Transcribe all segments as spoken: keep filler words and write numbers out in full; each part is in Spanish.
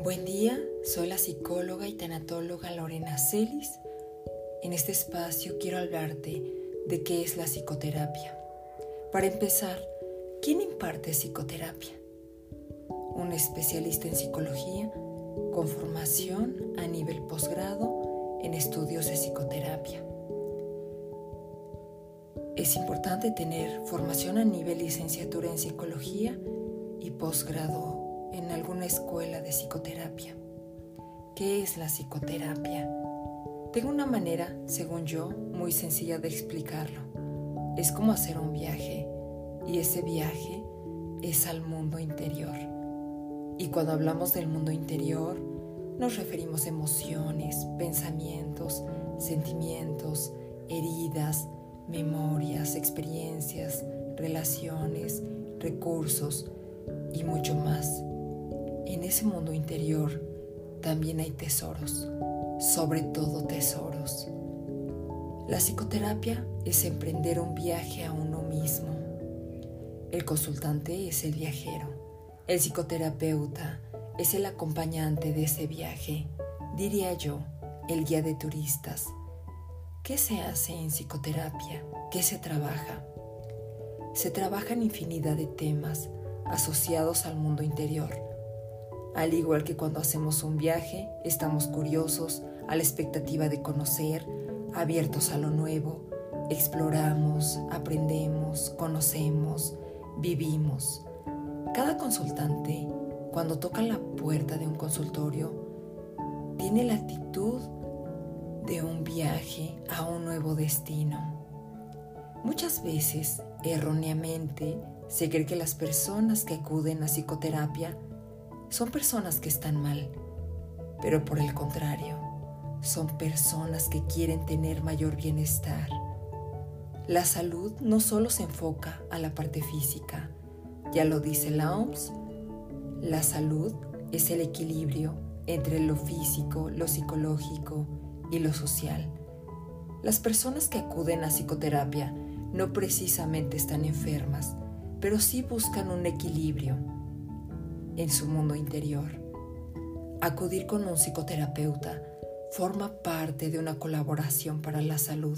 Buen día, soy la psicóloga y tanatóloga Lorena Celis. En este espacio quiero hablarte de qué es la psicoterapia. Para empezar, ¿quién imparte psicoterapia? Un especialista en psicología con formación a nivel posgrado en estudios de psicoterapia. Es importante tener formación a nivel licenciatura en psicología y posgrado en alguna escuela de psicoterapia. ¿Qué es la psicoterapia? Tengo una manera, según yo, muy sencilla de explicarlo. Es como hacer un viaje, y ese viaje es al mundo interior. Y cuando hablamos del mundo interior, nos referimos a emociones, pensamientos, sentimientos, heridas, memorias, experiencias, relaciones, recursos y mucho más. En ese mundo interior también hay tesoros, sobre todo tesoros. La psicoterapia es emprender un viaje a uno mismo. El consultante es el viajero. El psicoterapeuta es el acompañante de ese viaje, diría yo, el guía de turistas. ¿Qué se hace en psicoterapia? ¿Qué se trabaja? Se trabajan infinidad de temas asociados al mundo interior. Al igual que cuando hacemos un viaje, estamos curiosos, a la expectativa de conocer, abiertos a lo nuevo, exploramos, aprendemos, conocemos, vivimos. Cada consultante, cuando toca la puerta de un consultorio, tiene la actitud de un viaje a un nuevo destino. Muchas veces, erróneamente, se cree que las personas que acuden a psicoterapia son personas que están mal, pero por el contrario, son personas que quieren tener mayor bienestar. La salud no solo se enfoca a la parte física, ya lo dice la O M S. La salud es el equilibrio entre lo físico, lo psicológico y lo social. Las personas que acuden a psicoterapia no precisamente están enfermas, pero sí buscan un equilibrio en su mundo interior. Acudir con un psicoterapeuta forma parte de una colaboración para la salud.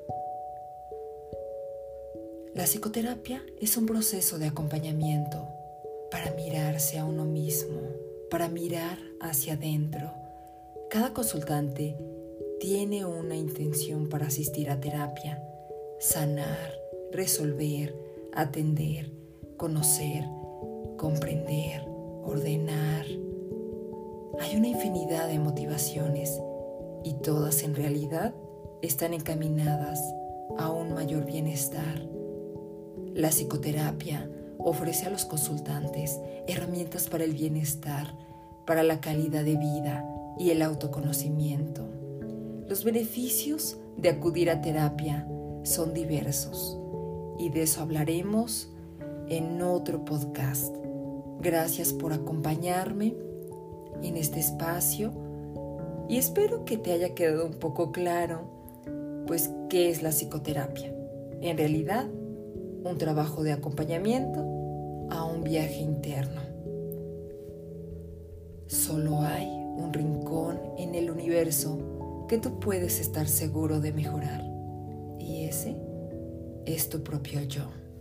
La psicoterapia es un proceso de acompañamiento para mirarse a uno mismo, para mirar hacia adentro. Cada consultante tiene una intención para asistir a terapia: sanar, resolver, atender, conocer, comprender, ordenar. Hay una infinidad de motivaciones y todas en realidad están encaminadas a un mayor bienestar. La psicoterapia ofrece a los consultantes herramientas para el bienestar, para la calidad de vida y el autoconocimiento. Los beneficios de acudir a terapia son diversos y de eso hablaremos en otro podcast. Gracias por acompañarme en este espacio y espero que te haya quedado un poco claro, pues, qué es la psicoterapia. En realidad, un trabajo de acompañamiento a un viaje interno. Solo hay un rincón en el universo que tú puedes estar seguro de mejorar, y ese es tu propio yo.